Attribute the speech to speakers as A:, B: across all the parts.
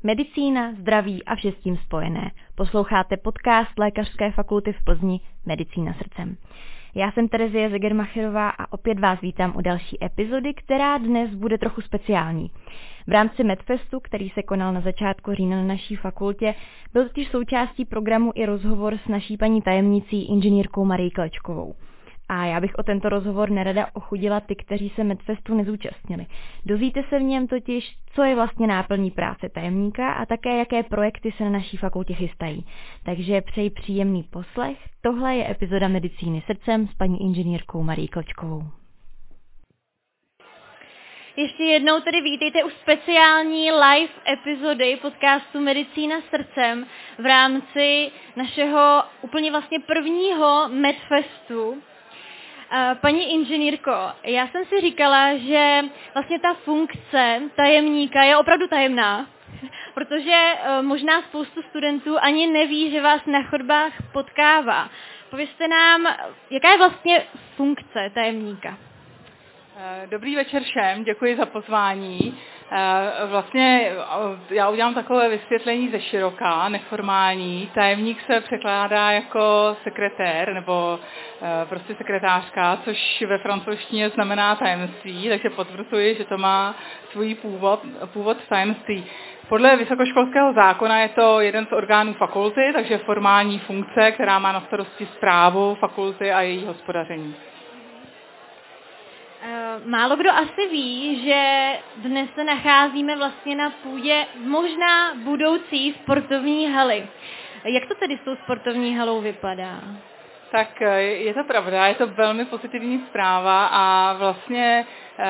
A: Medicína, zdraví a vše s tím spojené. Posloucháte podcast Lékařské fakulty v Plzni Medicína srdcem. Já jsem Terezie Zegermacherová a opět vás vítám u další epizody, která dnes bude trochu speciální. V rámci Medfestu, který se konal na začátku října na naší fakultě, byl totiž součástí programu i rozhovor s naší paní tajemnicí inženýrkou Marií Klečkovou. A já bych o tento rozhovor nerada ochudila ty, kteří se Medfestu nezúčastnili. Dozvíte se v něm totiž, co je vlastně náplní práce tajemníka a také jaké projekty se na naší fakultě chystají. Takže přeji příjemný poslech. Tohle je epizoda Medicíny srdcem s paní inženýrkou Marií Klečkovou. Ještě jednou tedy vítejte u speciální live epizody podcastu Medicína srdcem v rámci našeho úplně vlastně prvního Medfestu. Paní inženýrko, já jsem si říkala, že vlastně ta funkce tajemníka je opravdu tajemná, protože možná spoustu studentů ani neví, že vás na chodbách potkává. Povězte nám, jaká je vlastně funkce tajemníka?
B: Dobrý večer všem, děkuji za pozvání. Vlastně já udělám takové vysvětlení ze široka, neformální. Tajemník se překládá jako sekretér nebo prostě sekretářka, což ve francouzštině znamená tajemství, takže potvrzuji, že to má svůj původ v tajemství. Podle vysokoškolského zákona je to jeden z orgánů fakulty, takže formální funkce, která má na starosti správu fakulty a její hospodaření.
A: Málo kdo asi ví, že dnes se nacházíme vlastně na půdě možná budoucí sportovní haly. Jak to tedy s tou sportovní halou vypadá?
B: Tak je to pravda, je to velmi pozitivní zpráva a vlastně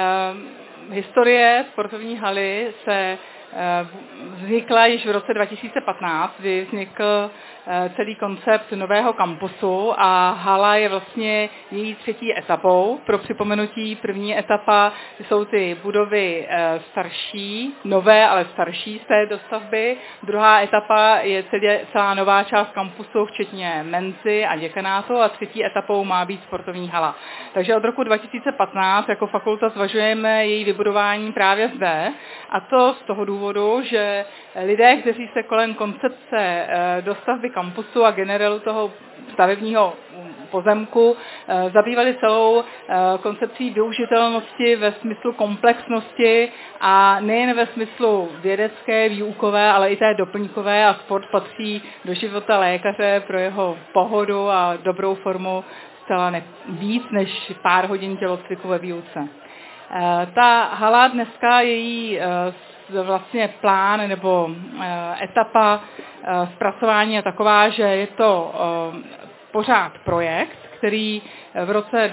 B: historie sportovní haly se vznikla již v roce 2015, kdy vznikl celý koncept nového kampusu a hala je vlastně její třetí etapou. Pro připomenutí, první etapa jsou ty budovy starší, nové, ale starší z té dostavby. Druhá etapa je celá nová část kampusu, včetně menzy a děkanátu a třetí etapou má být sportovní hala. Takže od roku 2015 jako fakulta zvažujeme její vybudování právě zde a to z toho důvodu, že lidé, kteří se kolem koncepce dostavby kampusu a generelu toho stavebního pozemku zabývali celou koncepcí využitelnosti ve smyslu komplexnosti a nejen ve smyslu vědecké, výukové, ale i té doplňkové a sport patří do života lékaře pro jeho pohodu a dobrou formu zcela víc než pár hodin tělocviku ve výuce. Ta hala dneska její vlastně plán nebo etapa zpracování je taková, že je to pořád projekt, který v roce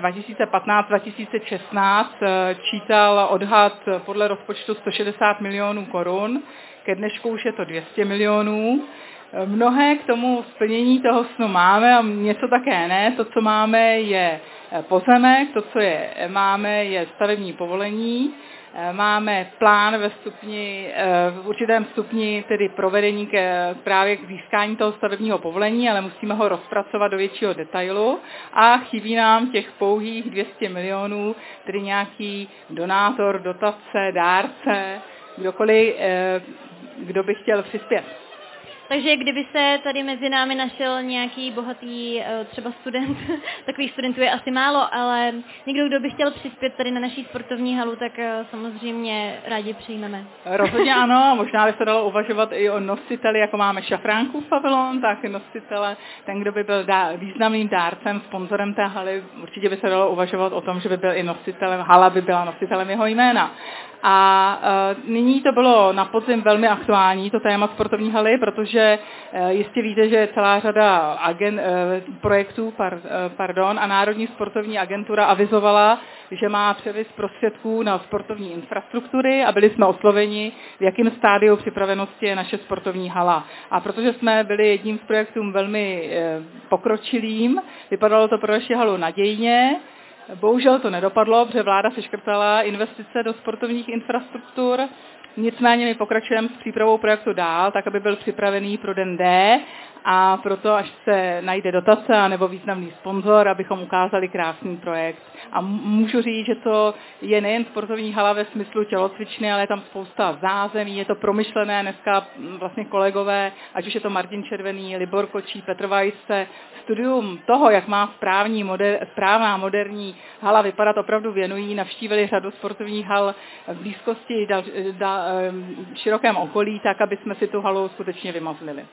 B: 2015-2016 čítal odhad podle rozpočtu 160 milionů korun, ke dnešku už je to 200 milionů. Mnohé k tomu splnění toho snu máme a něco také ne. To, co máme, je pozemek, to, co máme, je stavební povolení. Máme plán v určitém stupni tedy provedení právě k získání toho stavebního povolení, ale musíme ho rozpracovat do většího detailu a chybí nám těch pouhých 200 milionů, tedy nějaký donátor, dotace, dárce, kdokoliv, kdo by chtěl přispět.
A: Takže kdyby se tady mezi námi našel nějaký bohatý třeba student, takových studentů je asi málo, ale někdo, kdo by chtěl přispět tady na naší sportovní halu, tak samozřejmě rádi přijmeme.
B: Rozhodně ano, možná by se dalo uvažovat i o nositeli, jako máme Šafránkův pavilon, tak nositele, ten, kdo by byl významným dárcem, sponzorem té haly, určitě by se dalo uvažovat o tom, že by byl i nositelem, hala by byla nositelem jeho jména. A nyní to bylo na podzim velmi aktuální, to téma sportovní haly, protože jistě víte, že je celá řada projektů a Národní sportovní agentura avizovala, že má převis prostředků na sportovní infrastruktury a byli jsme osloveni, v jakém stádiu připravenosti je naše sportovní hala. A protože jsme byli jedním z projektů velmi pokročilým, vypadalo to pro naši halu nadějně. Bohužel to nedopadlo, protože vláda seškrtala investice do sportovních infrastruktur. Nicméně my pokračujeme s přípravou projektu dál, tak aby byl připravený pro den D a proto, až se najde dotace nebo významný sponzor, abychom ukázali krásný projekt. A můžu říct, že to je nejen sportovní hala ve smyslu tělocvičny, ale je tam spousta zázemí, je to promyšlené. Dneska vlastně kolegové, ať už je to Martin Červený, Libor Kočí, Petr Vajce, studium toho, jak má správná moderní hala vypadat, opravdu věnují. Navštívili řadu sportovních hal v blízkosti širokém okolí, tak, aby jsme si tu halu skutečně vymazlili.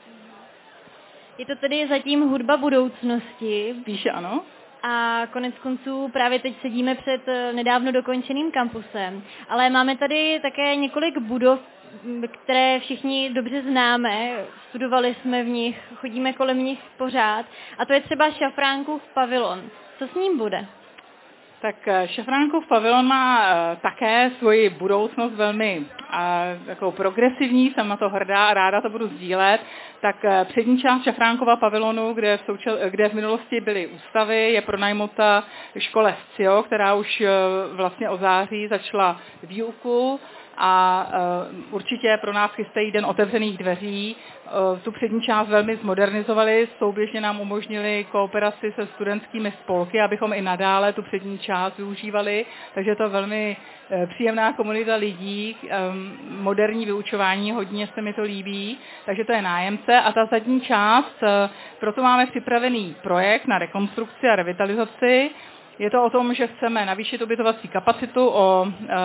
A: Je to tedy zatím hudba budoucnosti.
B: Spíše ano.
A: A konec konců právě teď sedíme před nedávno dokončeným kampusem. Ale máme tady také několik budov, které všichni dobře známe, studovali jsme v nich, chodíme kolem nich pořád. A to je třeba Šafránkův pavilon. Co s ním bude?
B: Tak Šafránkův pavilon má také svoji budoucnost velmi takovou progresivní, jsem na to hrdá a ráda to budu sdílet. Tak přední část Šafránkova pavilonu, kde v minulosti byly ústavy, je pronajmuta škole SCIO, která už vlastně od září začala výuku a určitě pro nás chystají den otevřených dveří. Tu přední část velmi zmodernizovali, souběžně nám umožnili kooperaci se studentskými spolky, abychom i nadále tu přední část využívali, takže je to velmi příjemná komunita lidí, moderní vyučování, hodně se mi to líbí, takže to je nájemce. A ta zadní část, proto máme připravený projekt na rekonstrukci a revitalizaci. Je to o tom, že chceme navýšit ubytovací kapacitu o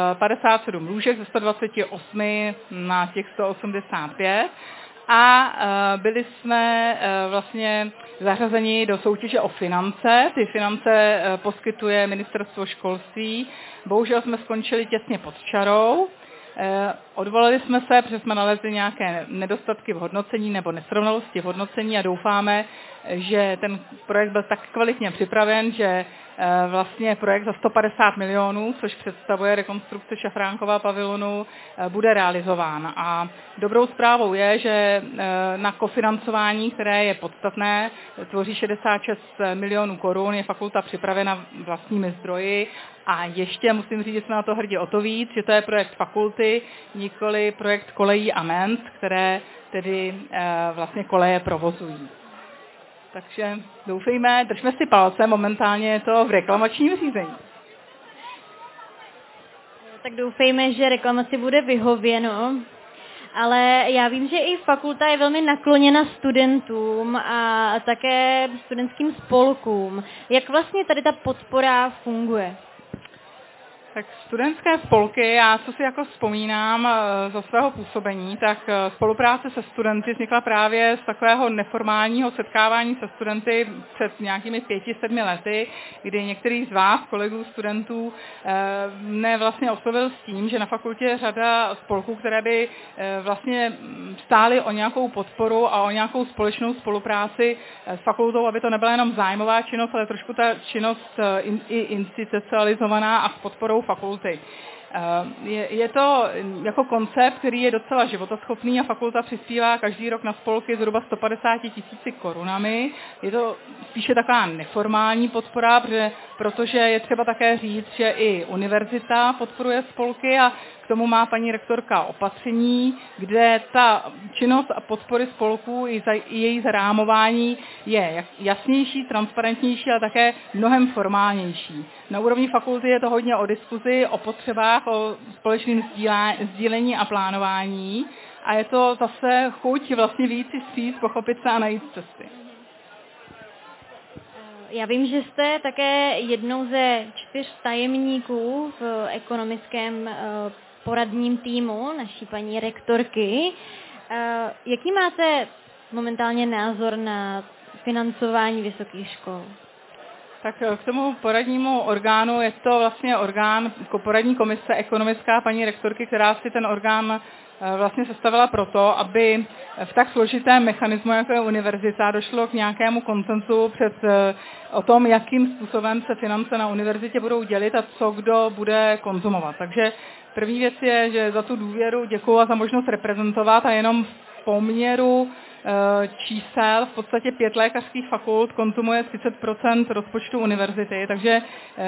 B: 57 lůžek ze 128 na těch 185 a byli jsme vlastně zařazeni do soutěže o finance. Ty finance poskytuje Ministerstvo školství. Bohužel jsme skončili těsně pod čarou. Odvolali jsme se, protože jsme nalezli nějaké nedostatky v hodnocení nebo nesrovnalosti v hodnocení a doufáme, že ten projekt byl tak kvalitně připraven, že vlastně projekt za 150 milionů, což představuje rekonstrukce Šafránkova pavilonu, bude realizován. A dobrou zprávou je, že na kofinancování, které je podstatné, tvoří 66 milionů korun, je fakulta připravena vlastními zdroji. A ještě musím říct, že jsme na to hrdě o to víc, že to je projekt fakulty, nikoli projekt kolejí a ment, které tedy vlastně koleje provozují. Takže doufejme, držme si palce, momentálně je to v reklamačním řízení.
A: Tak doufejme, že reklamaci bude vyhověno, ale já vím, že i fakulta je velmi nakloněna studentům a také studentským spolkům. Jak vlastně tady ta podpora funguje?
B: Tak studentské spolky, já co si jako vzpomínám za svého působení, tak spolupráce se studenty vznikla právě z takového neformálního setkávání se studenty před nějakými 5-7 lety, kdy některý z vás, kolegů studentů, mne vlastně oslovil s tím, že na fakultě je řada spolků, které by vlastně stály o nějakou podporu a o nějakou společnou spolupráci s fakultou, aby to nebyla jenom zájmová činnost, ale trošku ta činnost i institucionalizovaná a s podporou fakulty. Je to jako koncept, který je docela životaschopný a fakulta přispívá každý rok na spolky zhruba 150 000 korunami. Je to spíše taková neformální podpora, protože je třeba také říct, že i univerzita podporuje spolky a k tomu má paní rektorka opatření, kde ta činnost a podpory spolků i její zarámování je jasnější, transparentnější, ale také mnohem formálnější. Na úrovni fakulty je to hodně o diskuzi, o potřebách, o společném sdílení a plánování a je to zase chuť vlastně víc si vstříc, pochopit se a najít cesty.
A: Já vím, že jste také jednou ze 4 tajemníků v ekonomickém poradním týmu naší paní rektorky. Jaký máte momentálně názor na financování vysokých škol?
B: Tak k tomu poradnímu orgánu je to vlastně orgán, poradní komise ekonomická paní rektorky, která si ten orgán vlastně sestavila proto, aby v tak složitém mechanismu, jako je univerzita, došlo k nějakému konsenzu o tom, jakým způsobem se finance na univerzitě budou dělit a co kdo bude konzumovat. Takže první věc je, že za tu důvěru děkuju a za možnost reprezentovat a jenom v poměru čísel v podstatě 5 lékařských fakult konzumuje 30% rozpočtu univerzity, takže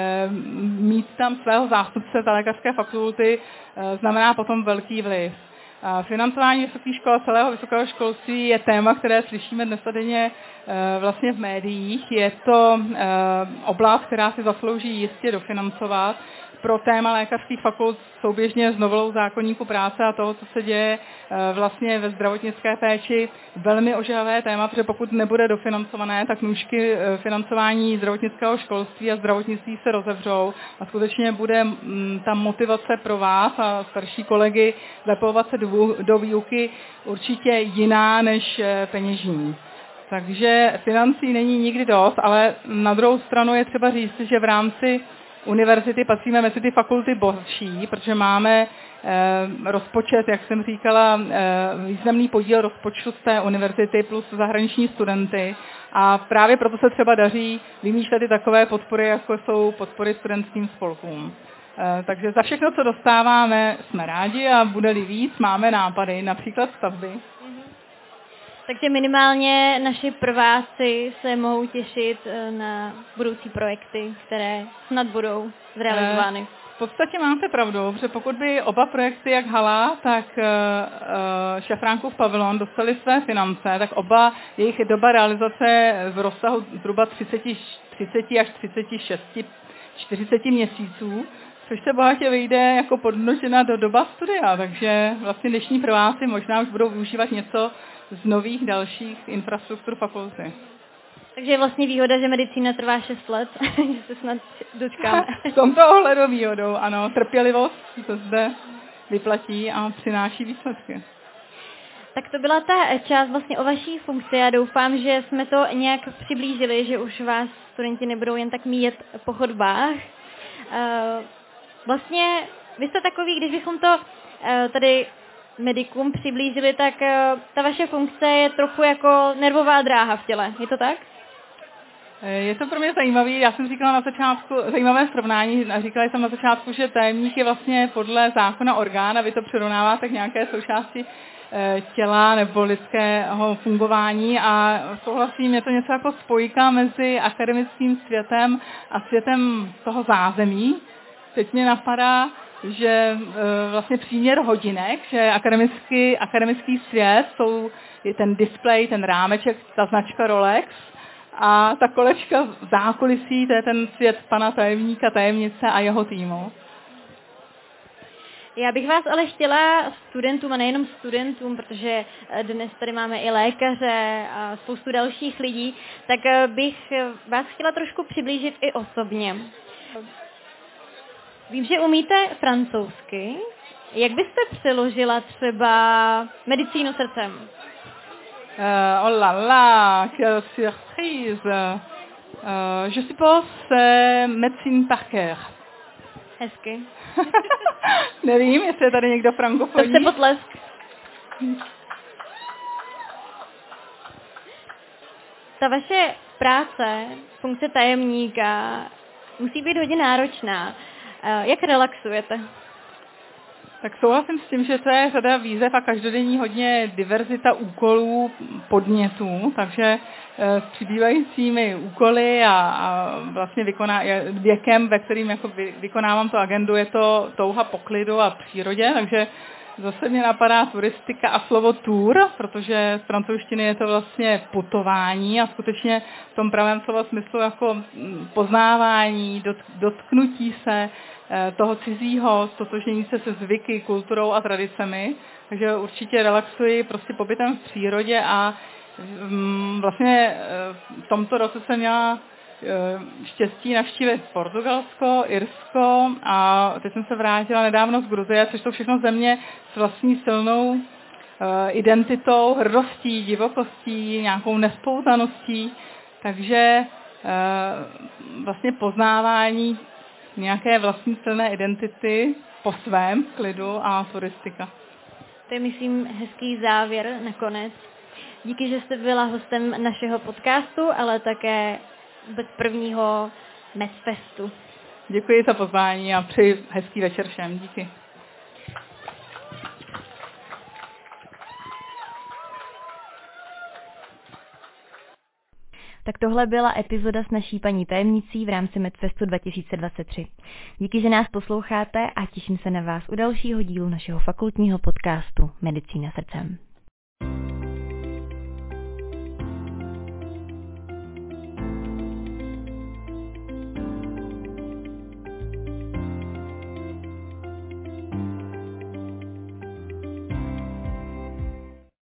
B: mít tam svého zástupce za lékařské fakulty znamená potom velký vliv. Financování vysokých škol a celého vysokého školství je téma, které slyšíme dnes a denně vlastně v médiích. Je to oblast, která si zaslouží jistě dofinancovat. Pro téma lékařských fakult souběžně s novelou zákoníku práce a toho, co se děje vlastně ve zdravotnické péči, velmi ožahavé téma, protože pokud nebude dofinancované, tak nůžky financování zdravotnického školství a zdravotnictví se rozevřou a skutečně bude ta motivace pro vás a starší kolegy zapojovat se do výuky určitě jiná než peněžní. Takže financí není nikdy dost, ale na druhou stranu je třeba říct, že v rámci univerzity patříme mezi ty fakulty bohatší, protože máme rozpočet, jak jsem říkala, významný podíl rozpočtu z té univerzity plus zahraniční studenty a právě proto se třeba daří vymýšlet i takové podpory, jako jsou podpory studentským spolkům. Takže za všechno, co dostáváme, jsme rádi a bude-li víc, máme nápady, například stavby.
A: Takže minimálně naši prváci se mohou těšit na budoucí projekty, které snad budou zrealizovány.
B: V podstatě máte pravdu, protože pokud by oba projekty, jak Hala, tak Šafránkův pavilon, dostali své finance, tak oba jejich doba realizace v rozsahu zhruba 30 až 40 měsíců, což se bohatě vyjde jako podmnožena do doba studia, takže vlastně dnešní prváci možná už budou využívat něco z nových dalších infrastruktur fakulty.
A: Takže je vlastně výhoda, že medicína trvá 6 let, že se snad dočkáme.
B: V tomto ohledu výhodou, ano, trpělivost to zde vyplatí a přináší výsledky.
A: Tak to byla ta část vlastně o vaší funkci a doufám, že jsme to nějak přiblížili, že už vás studenti nebudou jen tak míjet po chodbách. Vlastně vy jste takový, když bychom to tady medikům přiblížili, tak ta vaše funkce je trochu jako nervová dráha v těle. Je to tak?
B: Je to pro mě zajímavý. Já jsem říkala na začátku, zajímavé srovnání, říkala jsem na začátku, že tajemník je vlastně podle zákona orgán a vy to přirovnáváte k nějaké součásti těla nebo lidského fungování a souhlasím, je to něco jako spojka mezi akademickým světem a světem toho zázemí. Teď mě napadá, že vlastně příměr hodinek, že akademický svět je ten displej, ten rámeček, ta značka Rolex a ta kolečka v zákulisí, to je ten svět pana tajemníka, tajemnice a jeho týmu.
A: Já bych vás ale chtěla studentům, a nejenom studentům, protože dnes tady máme i lékaře a spoustu dalších lidí, tak bych vás chtěla trošku přiblížit i osobně. Vím, že umíte francouzsky. Jak byste přeložila třeba medicínu srdcem?
B: Oh là là, quelle surprise. Je suppose médecine par cœur.
A: Hezky.
B: Nevím, jestli je tady někdo frankofoní.
A: To se potlesk. Ta vaše práce, funkce tajemníka, musí být hodně náročná. Jak relaxujete?
B: Tak souhlasím s tím, že to je řada výzev a každodenní hodně diverzita úkolů, podnětů, takže s přibývajícími úkoly a vlastně věkem, ve kterým jako vykonávám tu agendu, je to touha po klidu a přírodě, takže zase mě napadá turistika a slovo tour, protože z francouzštiny je to vlastně putování a skutečně v tom pravém slova smyslu jako poznávání, dotknutí se toho cizího, stotožnění se zvyky, kulturou a tradicemi. Takže určitě relaxuji prostě pobytem v přírodě a vlastně v tomto roce jsem měla štěstí navštívit Portugalsko, Irsko a teď jsem se vrátila nedávno z Gruzie, což jsou všechno země s vlastní silnou identitou, hrdostí, divokostí, nějakou nespouzaností, takže vlastně poznávání nějaké vlastní silné identity po svém klidu a turistika.
A: To je, myslím, hezký závěr nakonec. Díky, že jste byla hostem našeho podcastu, ale také vůbec prvního Medfestu.
B: Děkuji za pozvání a přeji hezký večer všem. Díky.
A: Tak tohle byla epizoda s naší paní tajemnicí v rámci Medfestu 2023. Díky, že nás posloucháte a těším se na vás u dalšího dílu našeho fakultního podcastu Medicína srdcem.